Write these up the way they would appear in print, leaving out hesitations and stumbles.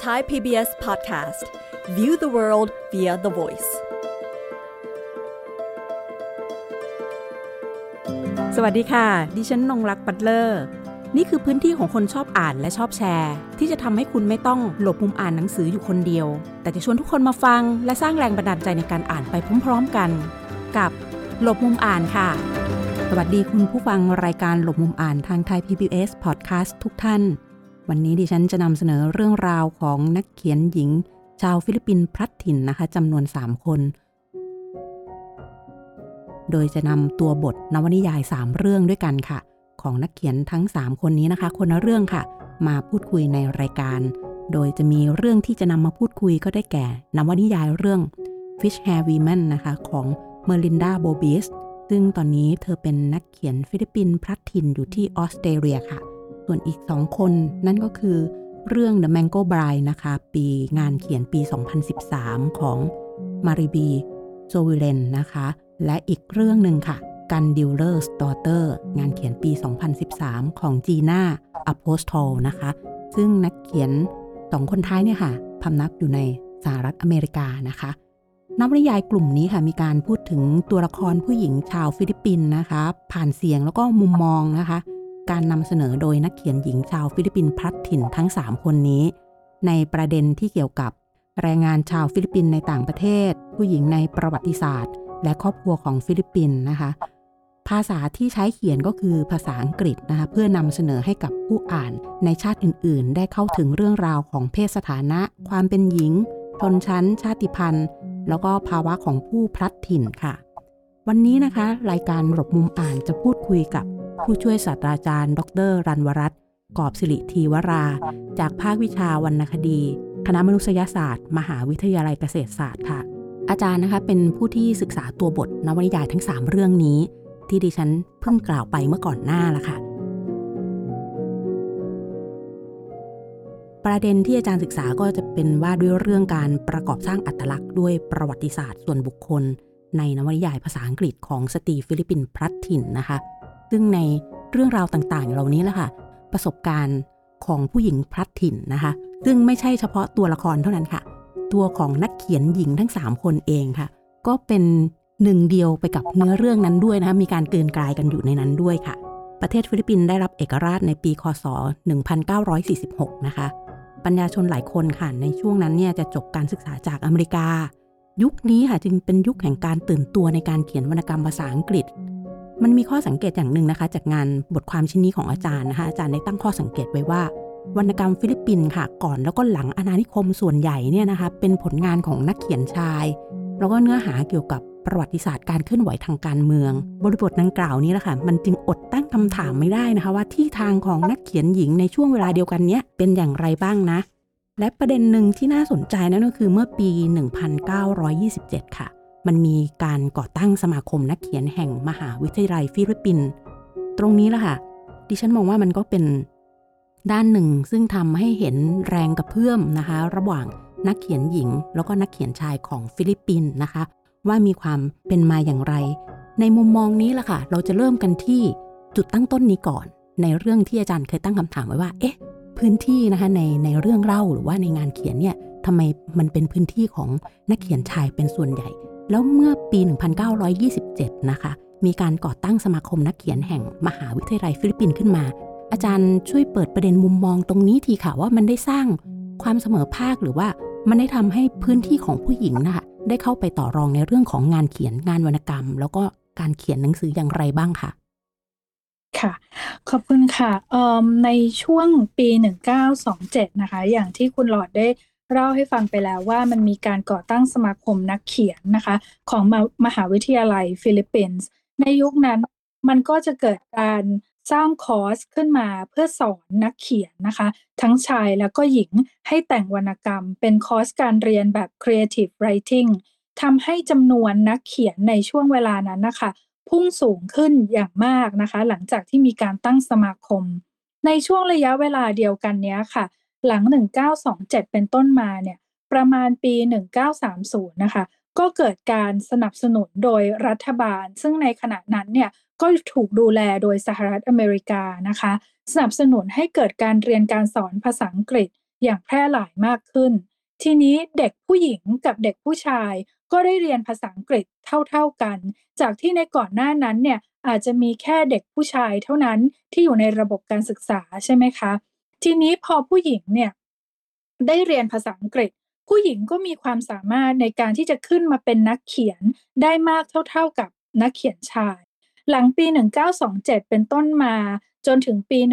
Thai PBS Podcast View the world via the voice สวัสดีค่ะดิฉันนงรักปัตเลอร์นี่คือพื้นที่ของคนชอบอ่านและชอบแชร์ที่จะทำให้คุณไม่ต้องหลบมุมอ่านหนังสืออยู่คนเดียวแต่จะชวนทุกคนมาฟังและสร้างแรงบันดาลใจในการอ่านไปพร้อมๆกันกับหลบมุมอ่านค่ะสวัสดีคุณผู้ฟังรายการหลบมุมอ่านทาง Thai PBS Podcast ทุกท่านวันนี้ดิฉันจะนำเสนอเรื่องราวของนักเขียนหญิงชาวฟิลิปปินส์พลัดถิ่นนะคะจำนวน3คนโดยจะนำตัวบทนวนิยาย3เรื่องด้วยกันค่ะของนักเขียนทั้ง3คนนี้นะคะคนละเรื่องค่ะมาพูดคุยในรายการโดยจะมีเรื่องที่จะนำมาพูดคุยก็ได้แก่นวนิยายเรื่อง Fish Hair Women นะคะของเมลินดาโบบิสซึ่งตอนนี้เธอเป็นนักเขียนฟิลิปปินส์พลัดถิ่นอยู่ที่ออสเตรเลียค่ะส่วนอีก2คนนั่นก็คือเรื่อง The Mango Bride นะคะงานเขียนปี 2013 ของมาริบีโซวิเลนนะคะและอีกเรื่องหนึ่งค่ะGun Dealer's Daughter งานเขียนปี 2013 ของจีน่าอโพสโทลนะคะซึ่งนักเขียน2คนท้ายเนี่ยค่ะพำนักอยู่ในสหรัฐอเมริกานะคะนวนิยายกลุ่มนี้ค่ะมีการพูดถึงตัวละครผู้หญิงชาวฟิลิปปินส์นะคะผ่านเสียงแล้วก็มุมมองนะคะการนำเสนอโดยนักเขียนหญิงชาวฟิลิปปินส์พลัดถิ่นทั้ง3คนนี้ในประเด็นที่เกี่ยวกับแรงงานชาวฟิลิปปินส์ในต่างประเทศผู้หญิงในประวัติศาสตร์และครอบครัวของฟิลิปปินส์นะคะภาษาที่ใช้เขียนก็คือภาษาอังกฤษนะคะเพื่อนำเสนอให้กับผู้อ่านในชาติอื่นๆได้เข้าถึงเรื่องราวของเพศสถานะความเป็นหญิงชนชั้นชาติพันธุ์แล้วก็ภาวะของผู้พลัดถิ่นค่ะวันนี้นะคะรายการหลบมุมอ่านจะพูดคุยกับผู้ช่วยศาสตราจารย์ดร.รันวรัตน์กอบศิริธีวราจากภาควิชาวรรณคดีคณะมนุษยศาสตร์มหาวิทยาลัยเกษตรศาสตร์ค่ะอาจารย์นะคะเป็นผู้ที่ศึกษาตัวบทนวนิยายทั้ง3เรื่องนี้ที่ดิฉันเพิ่งกล่าวไปเมื่อก่อนหน้าละค่ะประเด็นที่อาจารย์ศึกษาก็จะเป็นว่าด้วยเรื่องการประกอบสร้างอัตลักษณ์ด้วยประวัติศาสตร์ส่วนบุคคลในนวนิยายภาษาอังกฤษของสตรีฟิลิปปินส์พลัดถิ่นนะคะซึ่งในเรื่องราวต่างๆเหล่านี้แหละค่ะประสบการณ์ของผู้หญิงพลัดถิ่นนะคะซึ่งไม่ใช่เฉพาะตัวละครเท่านั้นค่ะตัวของนักเขียนหญิงทั้ง3คนเองค่ะก็เป็นหนึ่งเดียวไปกับเนื้อเรื่องนั้นด้วยนะคะมีการกลืนกลายกันอยู่ในนั้นด้วยค่ะประเทศฟิลิปปินส์ได้รับเอกราชในปีคศ1946นะคะปัญญาชนหลายคนค่ะในช่วงนั้นเนี่ยจะจบการศึกษาจากอเมริกายุคนี้ค่ะจึงเป็นยุคแห่งการตื่นตัวในการเขียนวรรณกรรมภาษาอังกฤษมันมีข้อสังเกตอย่างหนึ่งนะคะจากงานบทความชิ้นนี้ของอาจารย์นะคะอาจารย์ได้ตั้งข้อสังเกตไว้ว่าวรรณกรรมฟิลิปปินส์ค่ะก่อนแล้วก็หลังอาณานิคมส่วนใหญ่เนี่ยนะคะเป็นผลงานของนักเขียนชายแล้วก็เนื้อหาเกี่ยวกับประวัติศาสตร์การเคลื่อนไหวทางการเมืองบริบทดังกล่าวนี้แหละค่ะมันจึงอดตั้งคำถามไม่ได้นะคะว่าที่ทางของนักเขียนหญิงในช่วงเวลาเดียวกันเนี้ยเป็นอย่างไรบ้างนะและประเด็นหนึ่งที่น่าสนใจนั่นก็คือเมื่อปี 1927 ค่ะมันมีการก่อตั้งสมาคมนักเขียนแห่งมหาวิทยาลัยฟิลิปปินส์ตรงนี้แหละค่ะดิฉันมองว่ามันก็เป็นด้านหนึ่งซึ่งทำให้เห็นแรงกระเพื่อมนะคะระหว่างนักเขียนหญิงแล้วก็นักเขียนชายของฟิลิปปินส์นะคะว่ามีความเป็นมาอย่างไรในมุมมองนี้แหละค่ะเราจะเริ่มกันที่จุดตั้งต้นนี้ก่อนในเรื่องที่อาจารย์เคยตั้งคำถามไว้ว่าพื้นที่นะคะในเรื่องเล่าหรือว่าในงานเขียนเนี่ยทำไมมันเป็นพื้นที่ของนักเขียนชายเป็นส่วนใหญ่แล้วเมื่อปี 1927 นะคะมีการก่อตั้งสมาคมนักเขียนแห่งมหาวิทยาลัยฟิลิปปินส์ขึ้นมาอาจารย์ช่วยเปิดประเด็นมุมมองตรงนี้ทีค่ะว่ามันได้สร้างความเสมอภาคหรือว่ามันได้ทำให้พื้นที่ของผู้หญิงนะคะได้เข้าไปต่อรองในเรื่องของงานเขียนงานวรรณกรรมแล้วก็การเขียนหนังสืออย่างไรบ้างค่ะค่ะขอบคุณค่ะในช่วงปี1927นะคะอย่างที่คุณหลอดได้เล่าให้ฟังไปแล้วว่ามันมีการก่อตั้งสมาคมนักเขียนนะคะของมหาวิทยาลัยฟิลิปปินส์ในยุคนั้นมันก็จะเกิดการสร้างคอร์สขึ้นมาเพื่อสอนนักเขียนนะคะทั้งชายแล้วก็หญิงให้แต่งวรรณกรรมเป็นคอร์สการเรียนแบบ Creative Writing ทำให้จำนวนนักเขียนในช่วงเวลานั้นนะคะพุ่งสูงขึ้นอย่างมากนะคะหลังจากที่มีการตั้งสมาคมในช่วงระยะเวลาเดียวกันเนี้ยค่ะหลัง1927เป็นต้นมาเนี่ยประมาณปี1930นะคะก็เกิดการสนับสนุนโดยรัฐบาลซึ่งในขณะนั้นเนี่ยก็ถูกดูแลโดยสหรัฐอเมริกานะคะสนับสนุนให้เกิดการเรียนการสอนภาษาอังกฤษอย่างแพร่หลายมากขึ้นทีนี้เด็กผู้หญิงกับเด็กผู้ชายก็ได้เรียนภาษาอังกฤษเท่าๆกันจากที่ในก่อนหน้านั้นเนี่ยอาจจะมีแค่เด็กผู้ชายเท่านั้นที่อยู่ในระบบการศึกษาใช่ไหมคะทีนี้พอผู้หญิงเนี่ยได้เรียนภาษาอังกฤษผู้หญิงก็มีความสามารถในการที่จะขึ้นมาเป็นนักเขียนได้มากเท่าๆกับนักเขียนชายหลังปี1927เป็นต้นมาจนถึงปี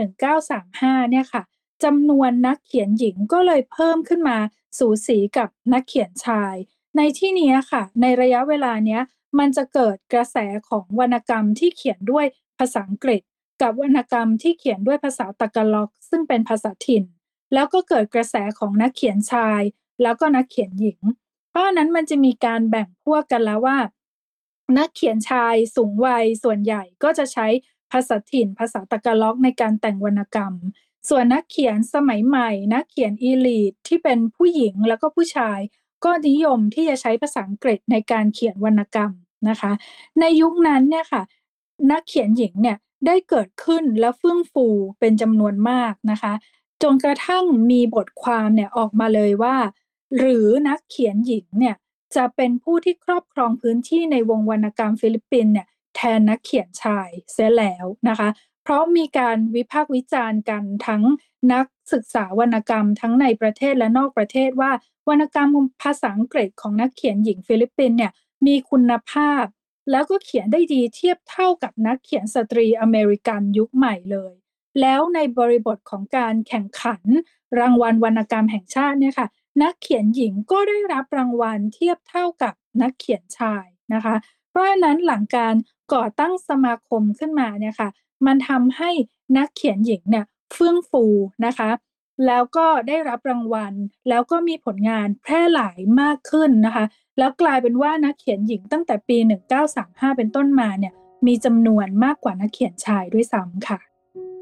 1935เนี่ยค่ะจำนวนนักเขียนหญิงก็เลยเพิ่มขึ้นมาสูสีกับนักเขียนชายในที่นี้ค่ะในระยะเวลาเนี้ยมันจะเกิดกระแสของวรรณกรรมที่เขียนด้วยภาษาอังกฤษกับวรรณกรรมที่เขียนด้วยภาษาตะกาล็อกซึ่งเป็นภาษาถิ่นแล้วก็เกิดกระแสของนักเขียนชายแล้วก็นักเขียนหญิงเพราะฉะนั้นมันจะมีการแบ่งพวกกันแล้วว่านักเขียนชายสูงวัยส่วนใหญ่ก็จะใช้ภาษาถิ่นภาษาตะกาล็อกในการแต่งวรรณกรรมส่วนนักเขียนสมัยใหม่นักเขียนอีลีทที่เป็นผู้หญิงแล้วก็ผู้ชายก็นิยมที่จะใช้ภาษาอังกฤษในการเขียนวรรณกรรมนะคะในยุคนั้นเนี่ยค่ะนักเขียนหญิงเนี่ยได้เกิดขึ้นและเฟื่องฟูเป็นจำนวนมากนะคะจนกระทั่งมีบทความเนี่ยออกมาเลยว่าหรือนักเขียนหญิงเนี่ยจะเป็นผู้ที่ครอบครองพื้นที่ในวงวรรณกรรมฟิลิปปินส์เนี่ยแทนนักเขียนชายเสียแล้วนะคะเพราะมีการวิพากษ์วิจารณ์กันทั้งนักศึกษาวรรณกรรมทั้งในประเทศและนอกประเทศว่าวรรณกรรมภาษาอังกฤษของนักเขียนหญิงฟิลิปปินส์เนี่ยมีคุณภาพแล้วก็เขียนได้ดีเทียบเท่ากับนักเขียนสตรีอเมริกันยุคใหม่เลยแล้วในบริบทของการแข่งขันรางวัลวรรณกรรมแห่งชาติเนี่ยค่ะนักเขียนหญิงก็ได้รับรางวัลเทียบเท่ากับนักเขียนชายนะคะเพราะฉะนั้นหลังการก่อตั้งสมาคมขึ้นมาเนี่ยค่ะมันทำให้นักเขียนหญิงเนี่ยเฟื่องฟูนะคะแล้วก็ได้รับรางวัลแล้วก็มีผลงานแพร่หลายมากขึ้นนะคะแล้วกลายเป็นว่านักเขียนหญิงตั้งแต่ปี1935เป็นต้นมาเนี่ยมีจำนวนมากกว่านักเขียนชายด้วยซ้ำค่ะ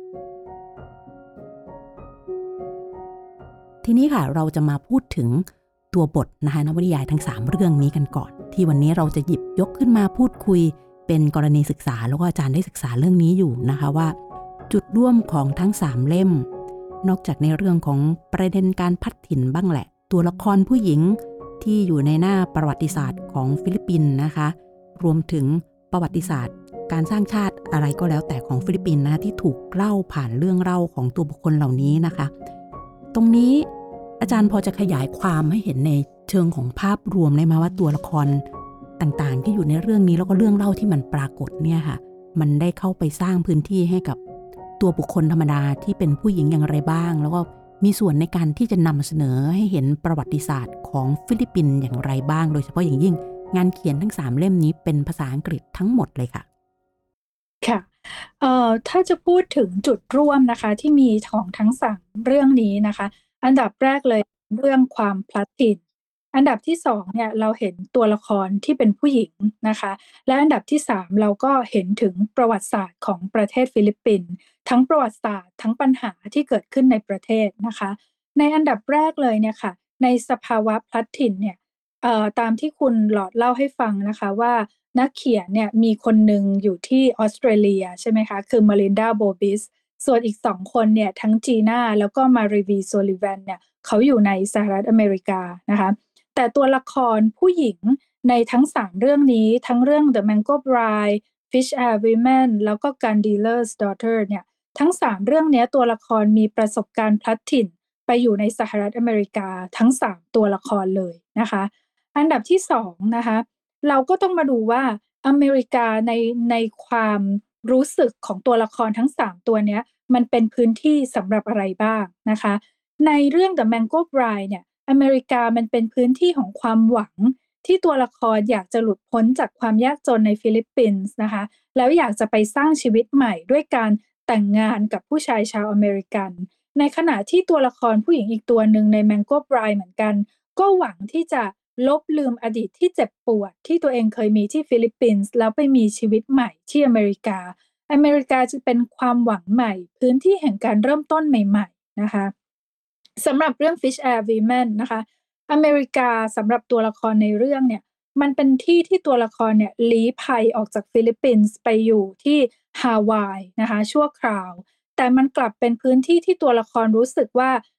ทีนี้ค่ะเราจะมาพูดถึงตัวบทนะคะนวนิยายทั้ง3เรื่องนี้กันก่อนที่วันนี้เราจะหยิบยกขึ้นมาพูดคุยเป็นกรณีศึกษาแล้วก็อาจารย์ได้ศึกษาเรื่องนี้อยู่นะคะว่าจุดร่วมของทั้ง3เล่มนอกจากในเรื่องของประเด็นการพัดถิ่นบ้างแหละตัวละครผู้หญิงที่อยู่ในหน้าประวัติศาสตร์ของฟิลิปปินส์นะคะรวมถึงประวัติศาสตร์การสร้างชาติอะไรก็แล้วแต่ของฟิลิปปินส์นะที่ถูกเล่าผ่านเรื่องเล่าของตัวบุคคลเหล่านี้นะคะตรงนี้อาจารย์พอจะขยายความให้เห็นในเชิงของภาพรวมได้ไหมว่าตัวละครต่างๆที่อยู่ในเรื่องนี้แล้วก็เรื่องเล่าที่มันปรากฏเนี่ยค่ะมันได้เข้าไปสร้างพื้นที่ให้กับตัวบุคคลธรรมดาที่เป็นผู้หญิงอย่างไรบ้างแล้วก็มีส่วนในการที่จะนำเสนอให้เห็นประวัติศาสตร์ของฟิลิปปินส์อย่างไรบ้างโดยเฉพาะอย่างยิ่งงานเขียนทั้ง3เล่มนี้เป็นภาษาอังกฤษทั้งหมดเลยค่ะค่ะถ้าจะพูดถึงจุดร่วมนะคะที่มีของทั้ง3เรื่องนี้นะคะอันดับแรกเลยเรื่องความพลัดถิ่นอันดับที่2เนี่ยเราเห็นตัวละครที่เป็นผู้หญิงนะคะและอันดับที่3เราก็เห็นถึงประวัติศาสตร์ของประเทศฟิลิปปินส์ทั้งประวัติศาสตร์ทั้งปัญหาที่เกิดขึ้นในประเทศนะคะในอันดับแรกเลยเนี่ยค่ะในสภาวะพลัดถิ่นเนี่ยตามที่คุณหลอดเล่าให้ฟังนะคะว่านักเขียนเนี่ยมีคนหนึ่งอยู่ที่ออสเตรเลียใช่ไหมคะคือมารินดาโบบิสส่วนอีก2คนเนี่ยทั้งจีน่าแล้วก็มารีวีโซลิแวนเนี่ยเขาอยู่ในสหรัฐอเมริกานะคะแต่ตัวละครผู้หญิงในทั้ง3เรื่องนี้ทั้งเรื่อง The Mango Bride Fish Are Women แล้วก็ Gun Dealer's Daughter เนี่ยทั้ง3เรื่องนี้ตัวละครมีประสบการณ์พลัดถิ่นไปอยู่ในสหรัฐอเมริกาทั้ง3ตัวละครเลยนะคะอันดับที่2นะคะเราก็ต้องมาดูว่าอเมริกาในความรู้สึกของตัวละครทั้ง3ตัวเนี้ยมันเป็นพื้นที่สำหรับอะไรบ้างนะคะในเรื่อง The Mango Bride เนี่ยอเมริกามันเป็นพื้นที่ของความหวังที่ตัวละครอยากจะหลุดพ้นจากความยากจนในฟิลิปปินส์นะคะแล้วอยากจะไปสร้างชีวิตใหม่ด้วยการแต่งงานกับผู้ชายชาวอเมริกันในขณะที่ตัวละครผู้หญิงอีกตัวหนึ่งใน Mango Bride เหมือนกันก็หวังที่จะลบลืมอดีตที่เจ็บปวดที่ตัวเองเคยมีที่ฟิลิปปินส์แล้วไปมีชีวิตใหม่ที่อเมริกาจะเป็นความหวังใหม่พื้นที่แห่งการเริ่มต้นใหม่ๆนะคะสำหรับเรื่อง Fish Are Women นะคะอเมริกาสำหรับตัวละครในเรื่องเนี่ยมันเป็นที่ที่ตัวละครเนี่ยลี้ภัยออกจากฟิลิปปินส์ไปอยู่ที่ฮาวายนะคะชั่วคราวแต่มันกลับเป็นพื้นที่ที่ตัวละครรู้สึกว่า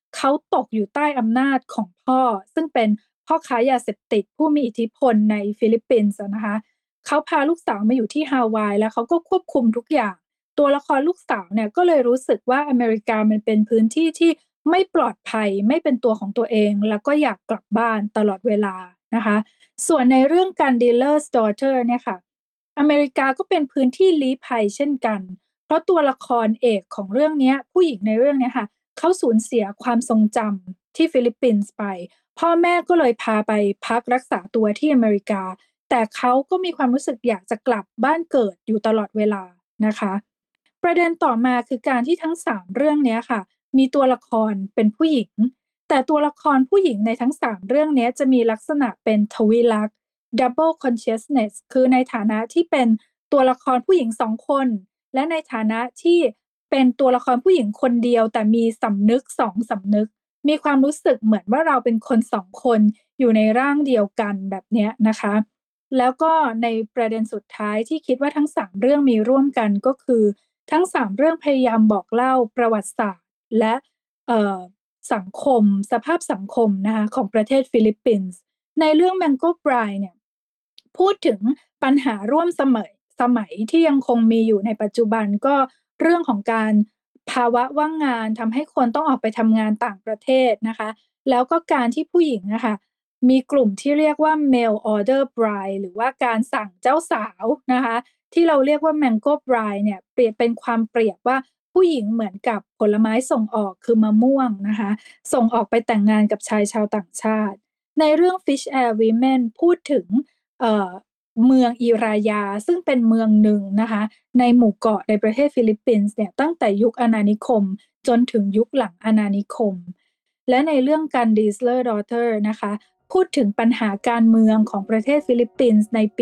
เขาตกอยู่ใต้อำนาจของพ่อซึ่งเป็นพ่อค้ายาเสพติดผู้มีอิทธิพลในฟิลิปปินส์นะคะเขาพาลูกสาวมาอยู่ที่ฮาวายแล้วเขาก็ควบคุมทุกอย่างตัวละครลูกสาวเนี่ยก็เลยรู้สึกว่าอเมริกามันเป็นพื้นที่ที่ไม่ปลอดภัยไม่เป็นตัวของตัวเองแล้วก็อยากกลับบ้านตลอดเวลานะคะส่วนในเรื่องการ Dealer's Daughter เนี่ยค่ะอเมริกาก็เป็นพื้นที่ลี้ภัยเช่นกันเพราะตัวละครเอกของเรื่องนี้ผู้หญิงในเรื่องนี้ค่ะเขาสูญเสียความทรงจำที่ฟิลิปปินส์ไปพ่อแม่ก็เลยพาไปพักรักษาตัวที่อเมริกาแต่เขาก็มีความรู้สึกอยากจะกลับบ้านเกิดอยู่ตลอดเวลานะคะประเด็นต่อมาคือการที่ทั้ง3เรื่องนี้ค่ะมีตัวละครเป็นผู้หญิงแต่ตัวละครผู้หญิงในทั้ง3เรื่องนี้จะมีลักษณะเป็นทวิลักษณ์ double consciousness คือในฐานะที่เป็นตัวละครผู้หญิง2คนและในฐานะที่เป็นตัวละครผู้หญิงคนเดียวแต่มีสำนึก2สำนึกมีความรู้สึกเหมือนว่าเราเป็นคน2คนอยู่ในร่างเดียวกันแบบนี้นะคะแล้วก็ในประเด็นสุดท้ายที่คิดว่าทั้ง3เรื่องมีร่วมกันก็คือทั้ง3เรื่องพยายามบอกเล่าประวัติศาสตร์และสังคมสภาพสังคมนะคะของประเทศฟิลิปปินส์ในเรื่อง Mango Bride เนี่ยพูดถึงปัญหาร่วมสมัยที่ยังคงมีอยู่ในปัจจุบันก็เรื่องของการภาวะว่างงานทำให้คนต้องออกไปทำงานต่างประเทศนะคะแล้วก็การที่ผู้หญิงนะคะมีกลุ่มที่เรียกว่า Mail Order Bride หรือว่าการสั่งเจ้าสาวนะคะที่เราเรียกว่า Mango Bride เนี่ยเปรียบเป็นความเปรียบว่าผู้หญิงเหมือนกับผลไม้ส่งออกคือมะม่วงนะคะส่งออกไปแต่งงานกับชายชาวต่างชาติในเรื่อง Fish Air Women พูดถึงเมืองอิรายาซึ่งเป็นเมืองหนึ่งนะคะในหมู่เกาะในประเทศฟิลิปปินส์เนี่ยตั้งแต่ยุคอาณานิคมจนถึงยุคหลังอาณานิคมและในเรื่องการ Dealer's Daughter นะคะพูดถึงปัญหาการเมืองของประเทศฟิลิปปินส์ในปี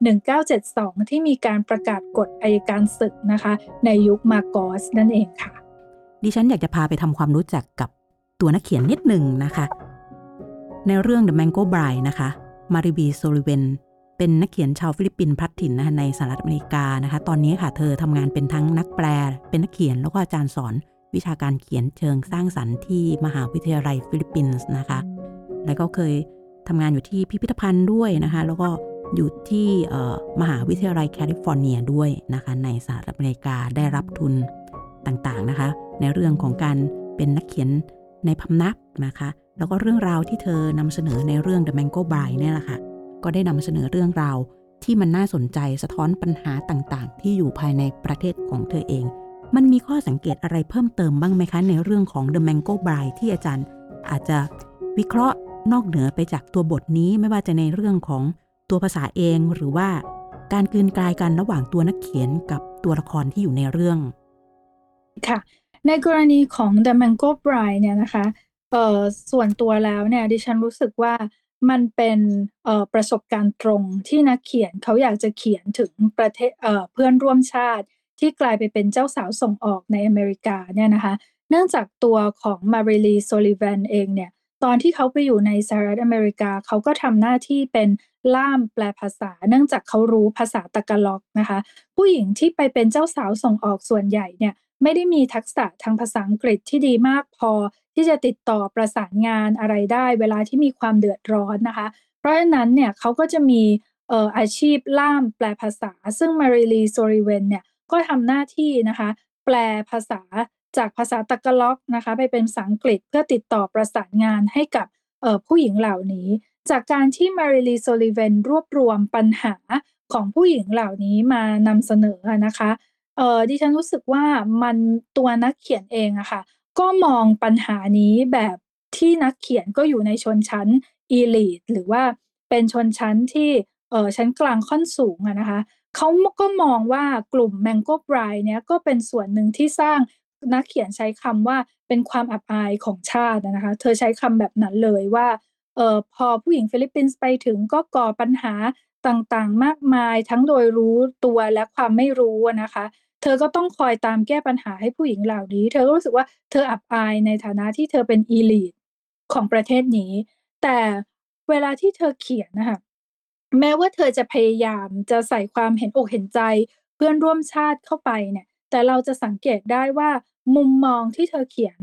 1972 ที่มีการประกาศกฎอัยการศึกนะคะในยุคมาโกสนั่นเองค่ะดิฉันอยากจะพาไปทำความรู้จักกับตัวนักเขียนนิดหนึ่งนะคะในเรื่อง The Mango Bride นะคะมาริบีโซลิเวนเป็นนักเขียนชาวฟิลิปปินส์พลัดถิ่นนะคะในสหรัฐอเมริกานะคะตอนนี้ค่ะเธอทำงานเป็นทั้งนักแปลเป็นนักเขียนแล้วก็อาจารย์สอนวิชาการเขียนเชิงสร้างสรรค์ที่มหาวิทยาลัยฟิลิปปินส์นะคะแล้วก็เคยทำงานอยู่ที่พิพิธภัณฑ์ด้วยนะคะแล้วก็อยู่ที่มหาวิทยาลัยแคลิฟอร์เนียด้วยนะคะในสหรัฐอเมริกาได้รับทุนต่างๆนะคะในเรื่องของการเป็นนักเขียนในพำนักนะคะแล้วก็เรื่องราวที่เธอนำเสนอในเรื่อง The Mango Bride เนี่ยแหละค่ะก็ได้นำเสนอเรื่องราวที่มันน่าสนใจสะท้อนปัญหาต่างๆที่อยู่ภายในประเทศของเธอเองมันมีข้อสังเกตอะไรเพิ่มเติมบ้างไหมคะในเรื่องของ The Mango Bride ที่อาจารย์อาจจะวิเคราะห์นอกเหนือไปจากตัวบทนี้ไม่ว่าจะในเรื่องของตัวภาษาเองหรือว่าการกลืนกลายกันระหว่างตัวนักเขียนกับตัวละครที่อยู่ในเรื่องค่ะในกรณีของ The Mango Bride เนี่ยนะคะส่วนตัวแล้วเนี่ยดิฉันรู้สึกว่ามันเป็นประสบการณ์ตรงที่นักเขียนเขาอยากจะเขียนถึงประเทศเพื่อนร่วมชาติที่กลายไปเป็นเจ้าสาวส่งออกในอเมริกาเนี่ยนะคะเนื่องจากตัวของมาริลีโซลิแวนเองเนี่ยตอนที่เขาไปอยู่ในสหรัฐอเมริกาเขาก็ทำหน้าที่เป็นล่ามแปลภาษาเนื่องจากเขารู้ภาษาตะกาล็อกนะคะผู้หญิงที่ไปเป็นเจ้าสาวส่งออกส่วนใหญ่เนี่ยไม่ได้มีทักษะทางภาษาอังกฤษที่ดีมากพอที่จะติดต่อประสานงานอะไรได้เวลาที่มีความเดือดร้อนนะคะเพราะฉะนั้นเนี่ยเขาก็จะมีอาชีพล่ามแปลภาษาซึ่งมาริลีโซริเวนเนี่ยก็ทำหน้าที่นะคะแปลภาษาจากภาษาตะกาล็อกนะคะไปเป็นภาษาอังกฤษเพื่อติดต่อประสานงานให้กับผู้หญิงเหล่านี้จากการที่มาริลีโซลิเวนรวบรวมปัญหาของผู้หญิงเหล่านี้มานำเสนอนะคะดิฉันรู้สึกว่ามันตัวนักเขียนเองอะค่ะก็มองปัญหานี้แบบที่นักเขียนก็อยู่ในชนชั้น elite หรือว่าเป็นชนชั้นที่ชั้นกลางค่อนสูงอะนะคะเขาก็มองว่ากลุ่ม Mango Bride เนี่ยก็เป็นส่วนหนึ่งที่สร้างนักเขียนใช้คำว่าเป็นความอับอายของชาตินะคะเธอใช้คำแบบนั้นเลยว่าพอผู้หญิงฟิลิปปินส์ไปถึงก็ก่อปัญหาต่างๆมากมายทั้งโดยรู้ตัวและความไม่รู้นะคะเธอก็ต้องคอยตามแก้ปัญหาให้ผู้หญิงเหล่านี้เธอก็รู้สึกว่าเธออับอายในฐานะที่เธอเป็น elite ของประเทศนี้แต่เวลาที่เธอเขียนนะคะแม้ว่าเธอจะพยายามจะใส่ความเห็นอกเห็นใจเพื่อนร่วมชาติเข้าไปเนี่ยแต่เราจะสังเกตได้ว่ามุมมองที่เธอเขียนนะคะ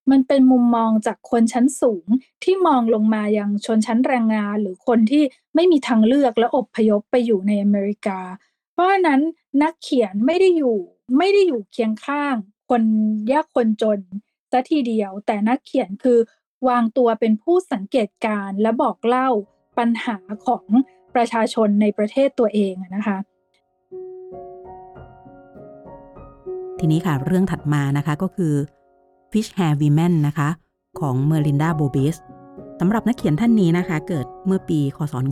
มันเป็นมุมมองจากคนชั้นสูงที่มองลงมายังชนชั้นแรงงานหรือคนที่ไม่มีทางเลือกและอพยพไปอยู่ในอเมริกาเพราะฉะนั้นนักเขียนไม่ได้อยู่เคียงข้างคนยากคนจนซะทีเดียวแต่นักเขียนคือวางตัวเป็นผู้สังเกตการณ์และบอกเล่าปัญหาของประชาชนในประเทศตัวเองนะคะทีนี้ค่ะเรื่องถัดมานะคะก็คือ Fish Hair Women นะคะของเมอรินดาโบบิสสำหรับนักเขียนท่านนี้นะคะเกิดเมื่อปีคศ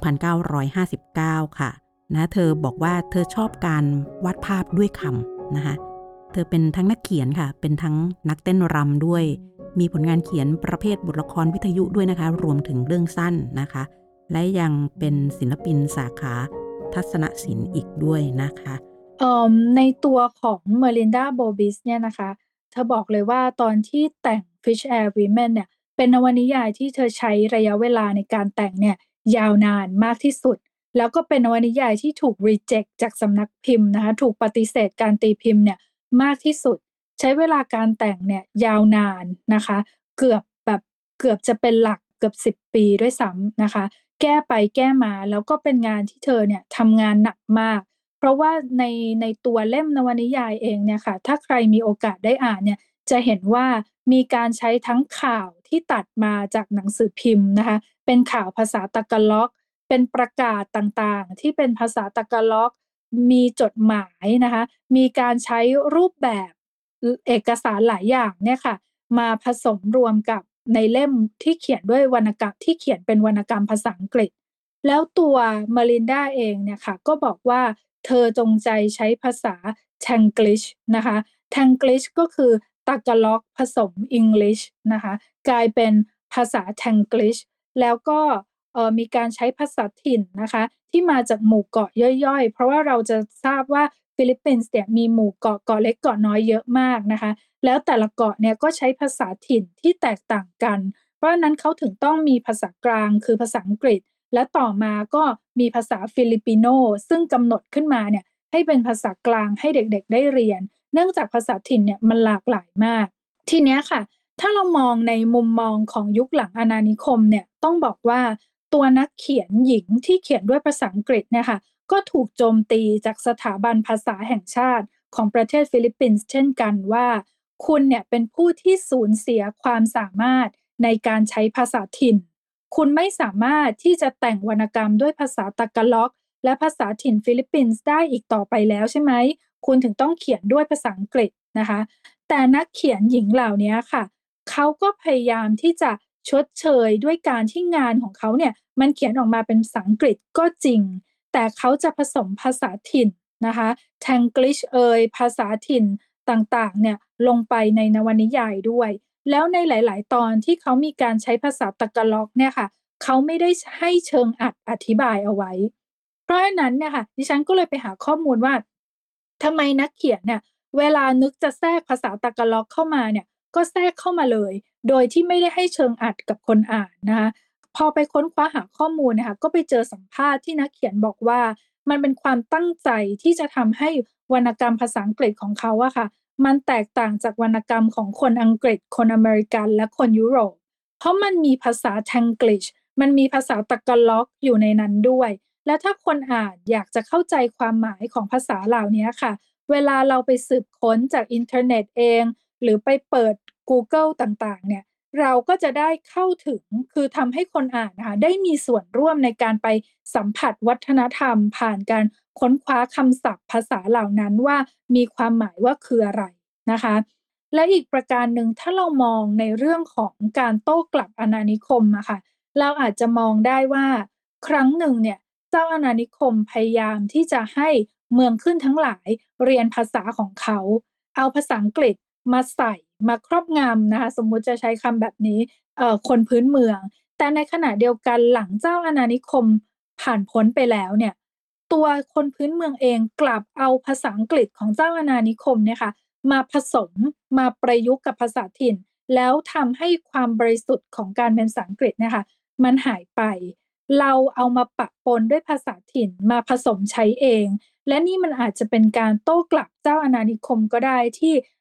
1959ค่ะนะเธอบอกว่าเธอชอบการวาดภาพด้วยคำนะคะเธอเป็นทั้งนักเขียนค่ะเป็นทั้งนักเต้นรำด้วยมีผลงานเขียนประเภทบทละครวิทยุด้วยนะคะรวมถึงเรื่องสั้นนะคะและยังเป็นศิลปินสาขาทัศนศิลป์อีกด้วยนะคะในตัวของเมลินดาโบบิสเนี่ยนะคะเธอบอกเลยว่าตอนที่แต่ง Fish Air Women เนี่ยเป็นนวนิยายที่เธอใช้ระยะเวลาในการแต่งเนี่ยยาวนานมากที่สุดแล้วก็เป็นนวนิยายที่ถูก reject จากสำนักพิมพ์นะคะถูกปฏิเสธการตีพิมพ์เนี่ยมากที่สุดใช้เวลาการแต่งเนี่ยยาวนานนะคะเกือบจะเป็นหลักเกือบ10 ปีด้วยซ้ำนะคะแก้ไปแก้มาแล้วก็เป็นงานที่เธอเนี่ยทำงานหนักมาก เพราะว่าในตัวเล่มนวนิยายเองเนี่ยค่ะถ้าใครมีโอกาสได้อ่านเนี่ยจะเห็นว่ามีการใช้ทั้งข่าวที่ตัดมาจากหนังสือพิมพ์นะคะเป็นข่าวภาษาตากาล็อกเป็นประกาศต่างๆที่เป็นภาษาตากาล็อกมีจดหมายนะคะมีการใช้รูปแบบเอกสารหลายอย่างเนี่ยค่ะมาผสมรวมกับในเล่มที่เขียนด้วยวรรณกรรมที่เขียนเป็นวรรณกรรมภาษาอังกฤษแล้วตัวมารินดาเองเนี่ยค่ะก็บอกว่า เธอจงใจใช้ภาษา Tanglish นะคะ Tanglish ก็คือ Tagalog ผสม English นะคะกลายเป็นภาษา Tanglish แล้วก็มีการใช้ภาษาถิ่นนะคะที่มาจากหมู่เกาะย่อยๆเพราะว่าเราจะทราบว่าฟิลิปปินส์เนี่ยมีหมู่เกาะเล็กเกาะน้อยเยอะมากนะคะแล้วแต่ละเกาะเนี่ยก็ใช้ภาษาถิ่นที่แตกต่างกันเพราะฉะนั้นเขาถึงต้องมีภาษากลางคือภาษาอังกฤษ และต่อมาก็มีภาษาฟิลิปปิโนซึ่งกำหนดขึ้นมาเนี่ยให้เป็นภาษากลางให้เด็กๆได้เรียนเนื่องจากภาษาถิ่นเนี่ยมันหลากหลายมากทีเนี้ยค่ะถ้าเรามองในมุมมองของยุคหลังอาณานิคมเนี่ยต้องบอกว่าตัวนักเขียนหญิงที่เขียนด้วยภาษาอังกฤษเนี่ยค่ะก็ถูกโจมตีจากสถาบันภาษาแห่งชาติของประเทศฟิลิปปินส์เช่นกันว่าคุณเนี่ยเป็นผู้ที่สูญเสียความสามารถในการใช้ภาษาถิ่น คุณไม่สามารถที่จะแต่งวรรณกรรมด้วยภาษาตากาล็อกและภาษาถิ่นฟิลิปปินส์ได้อีกต่อไปแล้วใช่ไหมคุณถึงต้องเขียนด้วยภาษาอังกฤษนะคะแต่นักเขียนหญิงเหล่านี้ค่ะเขาก็พยายามที่จะชดเชยด้วยการที่งานของเขาเนี่ยมันเขียนออกมาเป็นภาษาอังกฤษก็จริงแต่เขาจะผสมภาษาถิ่นนะคะ Tanglish ภาษาถิ่นต่างๆเนี่ยลงไปในนวนิยายด้วยแล้วในหลายๆตอนที่เขามีการใช้ภาษาตากาล็อกเนี่ยค่ะเขาไม่ได้ให้เชิงอัดอธิบายเอาไว้เพราะฉะนั้นเนี่ยค่ะดิฉันก็เลยไปหาข้อมูลว่าทำไมนักเขียนเนี่ยเวลานึกจะแทรกภาษาตากาล็อกเข้ามาเนี่ยก็แทรกเข้ามาเลยโดยที่ไม่ได้ให้เชิงอัดกับคนอ่านนะคะพอไปค้นคว้าหาข้อมูลนะคะก็ไปเจอสัมภาษณ์ที่นักเขียนบอกว่ามันเป็นความตั้งใจที่จะทำให้วรรณกรรมภาษาอังกฤษของเขาอะค่ะ มันแตกต่างจากวรรณกรรมของคนอังกฤษ คนอเมริกัน และคนยุโรป เพราะมันมีภาษา Tanglish มันมีภาษาตากาล็อกอยู่ในนั้นด้วย และถ้าคนอ่านอยากจะเข้าใจความหมายของภาษาเหล่านี้ค่ะ เวลาเราไปสืบค้นจากอินเทอร์เน็ตเอง หรือไปเปิด Google ต่างๆเนี่ยเราก็จะได้เข้าถึง คือทำให้คนอ่านนะคะได้มีส่วนร่วมในการไปสัมผัสวัฒนธรรมผ่านการค้นคว้าคำศัพท์ภาษาเหล่านั้นว่ามีความหมายว่าคืออะไรนะคะและอีกประการหนึ่งถ้าเรามองในเรื่องของการโต้กลับอาณานิคมอะค่ะเราอาจจะมองได้ว่าครั้งหนึ่งเนี่ยเจ้าอาณานิคมพยายามที่จะให้เมืองขึ้นทั้งหลายเรียนภาษาของเขาเอาภาษาอังกฤษมาใส่มาครอบงำนะคะสมมุติจะใช้คำแบบนี้คนพื้นเมืองแต่ในขณะเดียวกันหลังเจ้าอาณานิคมผ่านพ้นไปแล้วเนี่ยตัวคนพื้นเมืองเองกลับเอาภาษาอังกฤษของเจ้าอาณานิคมเนี่ยค่ะมาผสมมาประยุกต์กับภาษาถิ่นแล้วทำให้ความบริสุทธิ์ของการเป็นภาษาอังกฤษเนี่ยค่ะมันหายไปเราเอามาปะปนด้วยภาษาถิ่นมาผสมใช้เองและนี่มันอาจจะเป็นการโต้กลับเจ้าอาณานิคมก็ได้ที่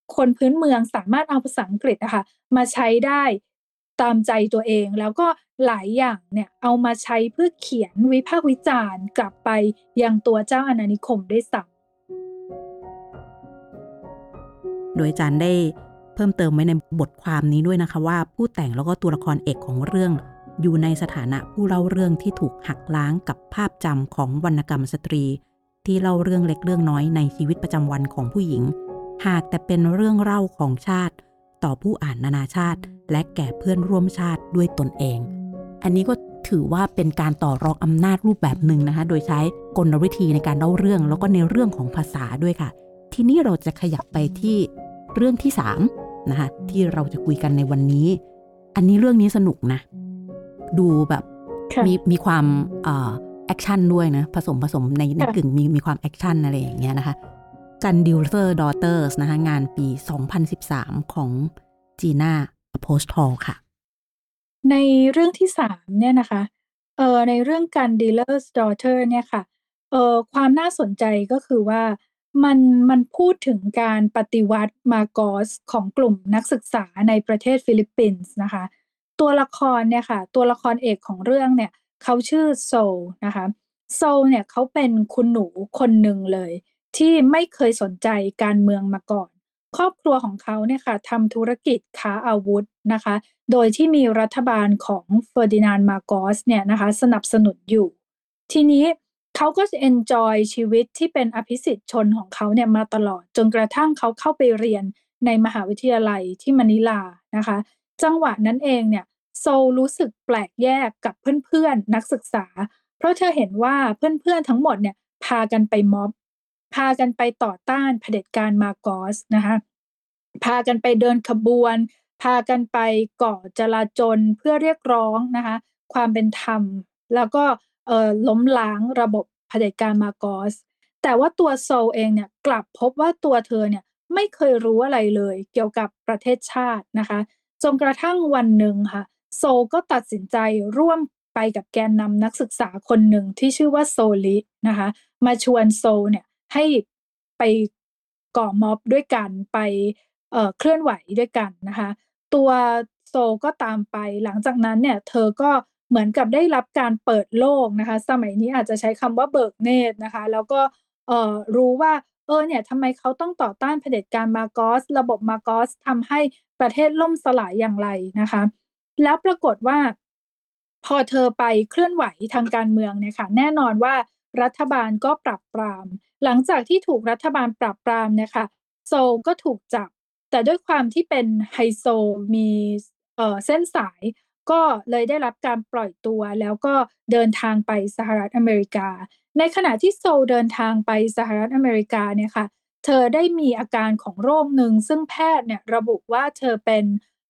คนพื้นเมืองสามารถเอาภาษาอังกฤษนะคะมาใช้ได้ตามใจตัวเองแล้วก็หลายอย่างเนี่ยเอามาใช้เพื่อเขียนวิพากษ์วิจารณ์กลับไปยังตัวเจ้าอาณานิคมด้วยซ้โดยอาจารย์ได้เพิ่มเติมไว้ในบทความนี้ด้วยนะคะว่าผู้แต่งแล้วก็ตัวละครเอกของเรื่องอยู่ในสถานะผู้เล่าเรื่องที่ถูกหักล้างกับภาพจำของวรรณกรรมสตรีที่เล่าเรื่องเล็กเรื่องน้อยในชีวิตประจำวันของผู้หญิงหากแต่เป็นเรื่องเล่าของชาติต่อผู้อ่านนานาชาติและแก่เพื่อนร่วมชาติด้วยตนเองอันนี้ก็ถือว่าเป็นการต่อรองอำนาจรูปแบบหนึ่งนะคะโดยใช้กลวิธีในการเล่าเรื่องแล้วก็ในเรื่องของภาษาด้วยค่ะทีนี้เราจะขยับไปที่เรื่องที่3นะคะที่เราจะคุยกันในวันนี้อันนี้เรื่องนี้สนุกนะดูแบบมีความแอคชั่นด้วยนะผสมในกึ่งมีความแอคชั่นอะไรอย่างเงี้ยนะคะกันดิลเซอร์ดอเตอร์สนะคะงานปี 2013 ของจีน่าอโพสทอลค่ะในเรื่องที่3เนี่ยนะคะในเรื่องกันดิลเลอร์ดอเตอร์เนี่ยค่ะความน่าสนใจก็คือว่ามันพูดถึงการปฏิวัติมาโกสของกลุ่มนักศึกษาในประเทศฟิลิปปินส์นะคะตัวละครเนี่ยค่ะตัวละครเอกของเรื่องเนี่ยเขาชื่อโซลนะคะโซลเนี่ยเขาเป็นคุณหนูคนหนึ่งเลยที่ไม่เคยสนใจการเมืองมาก่อนครอบครัวของเขาเนี่ยค่ะทำธุรกิจค้าอาวุธนะคะโดยที่มีรัฐบาลของเฟอร์ดินานด์มาโกสเนี่ยนะคะสนับสนุนอยู่ทีนี้เขาก็จะเอนจอยชีวิตที่เป็นอภิสิทธิ์ชนของเขาเนี่ยมาตลอดจนกระทั่งเขาเข้าไปเรียนในมหาวิทยาลัยที่มะนิลานะคะจังหวะนั้นเองเนี่ยโซลรู้สึกแปลกแยกกับเพื่อนๆนักศึกษาเพราะเธอเห็นว่าเพื่อนๆทั้งหมดเนี่ยพากันไปม็อบพากันไปต่อต้านเผด็จการมาโกสนะคะพากันไปเดินขบวนพากันไปก่อจลาจลเพื่อเรียกร้องนะคะความเป็นธรรมแล้วก็ล้มล้างระบบเผด็จการมาโกสแต่ว่าตัวโซลเองเนี่ยกลับพบว่าตัวเธอเนี่ยไม่เคยรู้อะไรเลยเกี่ยวกับประเทศชาตินะคะจนกระทั่งวันหนึ่งค่ะโซลก็ตัดสินใจร่วมไปกับแกนนำนักศึกษาคนหนึ่งที่ชื่อว่าโซลินะคะมาชวนโซลเนี่ยให้ไปก่อม็อบด้วยกันไปเคลื่อนไหวด้วยกันนะคะตัวโซลก็ตามไปหลังจากนั้นเนี่ยเธอก็เหมือนกับได้รับการเปิดโลกนะคะสมัยนี้อาจจะใช้คำว่าเบิกเนตรนะคะแล้วก็รู้ว่าเนี่ยทำไมเขาต้องต่อต้านเผด็จการมาโกสระบบมาโกสทำให้ประเทศล่มสลายอย่างไรนะคะแล้วปรากฏว่าพอเธอไปเคลื่อนไหวทางการเมืองเนี่ยค่ะแน่นอนว่ารัฐบาลก็ปราบปรามหลังจากที่ถูกรัฐบาลปราบปรามเนี่ยค่ะโซลก็ถูกจับแต่ด้วยความที่เป็นไฮโซมีเส้นสายก็เลยได้รับการปล่อยตัวแล้วก็เดินทางไปสหรัฐอเมริกาในขณะที่โซลเดินทางไปสหรัฐอเมริกาเนี่ยค่ะเธอได้มีอาการของโรคหนึ่งซึ่งแพทย์เนี่ยระบุว่าเธอเป็น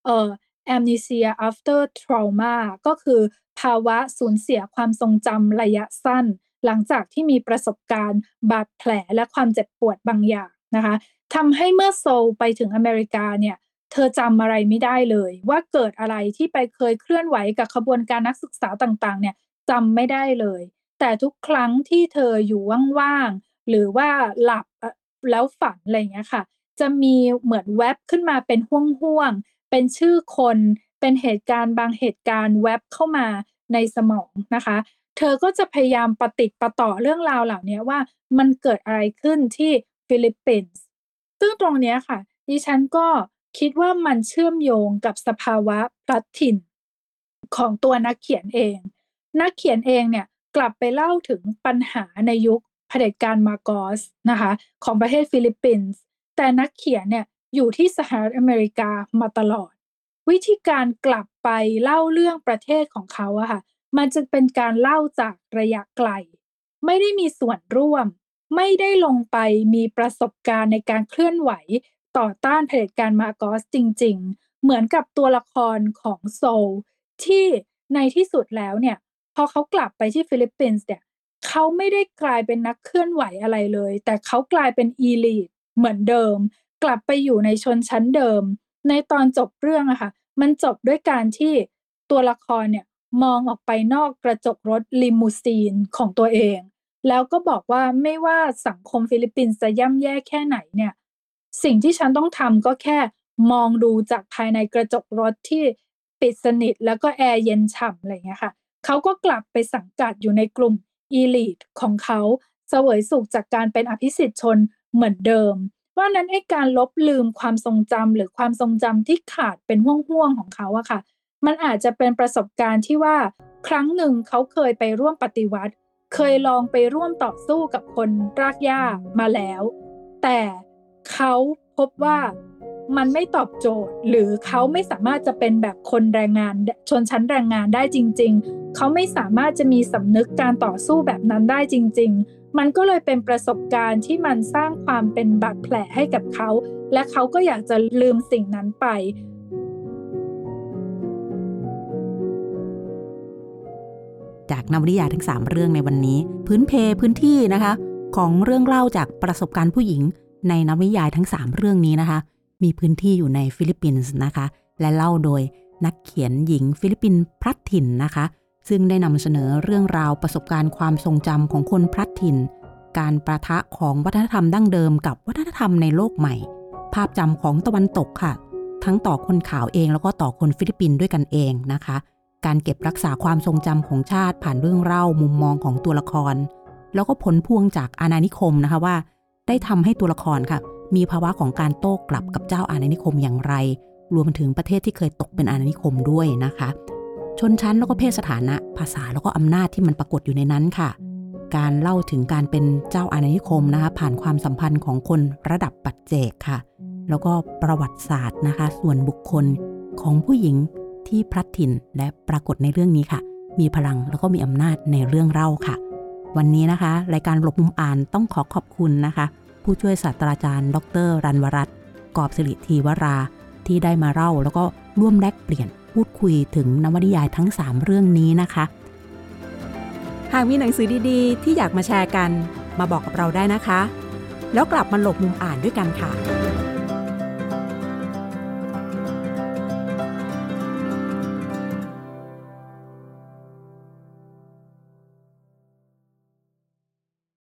amnesia after trauma ก็คือภาวะสูญเสียความทรงจำระยะสั้นหลังจากที่มีประสบการณ์บาดแผลและความเจ็บปวดบางอย่างนะคะทำให้เมื่อโซลไปถึงอเมริกาเนี่ยเธอจำอะไรไม่ได้เลยว่าเกิดอะไรที่ไปเคยเคลื่อนไหวกับขบวนการนักศึกษาต่างๆเนี่ยจำไม่ได้เลยแต่ทุกครั้งที่เธออยู่ว่างๆหรือว่าหลับแล้วฝันอะไรอย่างเงี้ยค่ะจะมีเหมือนแว็บขึ้นมาเป็นห้วงๆเป็นชื่อคนเป็นเหตุการณ์บางเหตุการณ์แว็บเข้ามาในสมองนะคะเธอก็จะพยายามประติดประต่อเรื่องราวเหล่านี้ว่ามันเกิดอะไรขึ้นที่ฟิลิปปินส์ซึ่งตรงเนี้ยค่ะดิฉันก็คิดว่ามันเชื่อมโยงกับสภาวะพลัดถิ่นของตัวนักเขียนเองนักเขียนเองเนี่ยกลับไปเล่าถึงปัญหาในยุคเผด็จการมาโกสนะคะของประเทศฟิลิปปินส์แต่นักเขียนเนี่ยอยู่ที่สหรัฐอเมริกามาตลอดวิธีการกลับไปเล่าเรื่องประเทศของเขาอะค่ะมันจะเป็นการเล่าจากระยะไกลไม่ได้มีส่วนร่วมไม่ได้ลงไปมีประสบการณ์ในการเคลื่อนไหวต่อต้านเผด็จการมาโกสจริงๆเหมือนกับตัวละครของโซลที่ในที่สุดแล้วเนี่ยพอเขากลับไปที่ฟิลิปปินส์เนี่ยเขาไม่ได้กลายเป็นนักเคลื่อนไหวอะไรเลยแต่เขากลายเป็นอีลิทเหมือนเดิมกลับไปอยู่ในชนชั้นเดิมในตอนจบเรื่องอะค่ะมันจบด้วยการที่ตัวละครเนี่ยมองออกไปนอกกระจกรถลิมูซีนของตัวเองแล้วก็บอกว่าไม่ว่าสังคมฟิลิปปินส์จะย่ำแย่แค่ไหนเนี่ยสิ่งที่ฉันต้องทำก็แค่มองดูจากภายในกระจกรถที่ปิดสนิทแล้วก็แอร์เย็นฉ่ำอะไรเงี้ยค่ะเขาก็กลับไปสังกัดอยู่ในกลุ่มอีลิทของเขาเสวยสุขจากการเป็นอภิสิทธิชนเหมือนเดิมเพราะนั้นไอ้การลบลืมความทรงจำหรือความทรงจำที่ขาดเป็นห่วงๆของเขาอะค่ะมันอาจจะเป็นประสบการณ์ที่ว่าครั้งหนึ่งเขาเคยไปร่วมปฏิวัติเคยลองไปร่วมต่อสู้กับคนรากหญ้ามาแล้วแต่เขาพบว่ามันไม่ตอบโจทย์หรือเขาไม่สามารถจะเป็นแบบคนแรงงานชนชั้นแรงงานได้จริงๆเขาไม่สามารถจะมีสำนึกการต่อสู้แบบนั้นได้จริงๆมันก็เลยเป็นประสบการณ์ที่มันสร้างความเป็นบาดแผลให้กับเขาและเขาก็อยากจะลืมสิ่งนั้นไปจากนวนิยายทั้ง3เรื่องในวันนี้พื้นที่นะคะของเรื่องเล่าจากประสบการณ์ผู้หญิงในนวนิยายทั้ง3เรื่องนี้นะคะมีพื้นที่อยู่ในฟิลิปปินส์นะคะและเล่าโดยนักเขียนหญิงฟิลิปปินส์พลัดถิ่นนะคะซึ่งได้นำเสนอเรื่องราวประสบการณ์ความทรงจำของคนพลัดถิ่นการปะทะของวัฒนธรรมดั้งเดิมกับวัฒนธรรมในโลกใหม่ภาพจำของตะวันตกค่ะทั้งต่อคนขาวเองแล้วก็ต่อคนฟิลิปปินส์ด้วยกันเองนะคะการเก็บรักษาความทรงจำของชาติผ่านเรื่องเล่ามุมมองของตัวละครแล้วก็ผลพวงจากอาณานิคมนะคะว่าได้ทำให้ตัวละครค่ะมีภาวะของการโต้กลับกับเจ้าอาณานิคมอย่างไรรวมถึงประเทศที่เคยตกเป็นอาณานิคมด้วยนะคะชนชั้นแล้วก็เพศสถานะภาษาแล้วก็อำนาจที่มันปรากฏอยู่ในนั้นค่ะการเล่าถึงการเป็นเจ้าอาณานิคมนะคะผ่านความสัมพันธ์ของคนระดับปัจเจกค่ะแล้วก็ประวัติศาสตร์นะคะส่วนบุคคลของผู้หญิงที่พลัดถิ่นและปรากฏในเรื่องนี้ค่ะมีพลังแล้วก็มีอำนาจในเรื่องเล่าค่ะวันนี้นะคะรายการหลบมุมอ่านต้องขอบคุณนะคะผู้ช่วยศาสตราจารย์ดร.รันวรัตน์กอบศิริธีวราที่ได้มาเล่าแล้วก็ร่วมแลกเปลี่ยนพูดคุยถึงนวนิยายทั้ง3เรื่องนี้นะคะหากมีหนังสือดีๆที่อยากมาแชร์กันมาบอกกับเราได้นะคะแล้วกลับมาหลบมุมอ่านด้วยกันค่ะ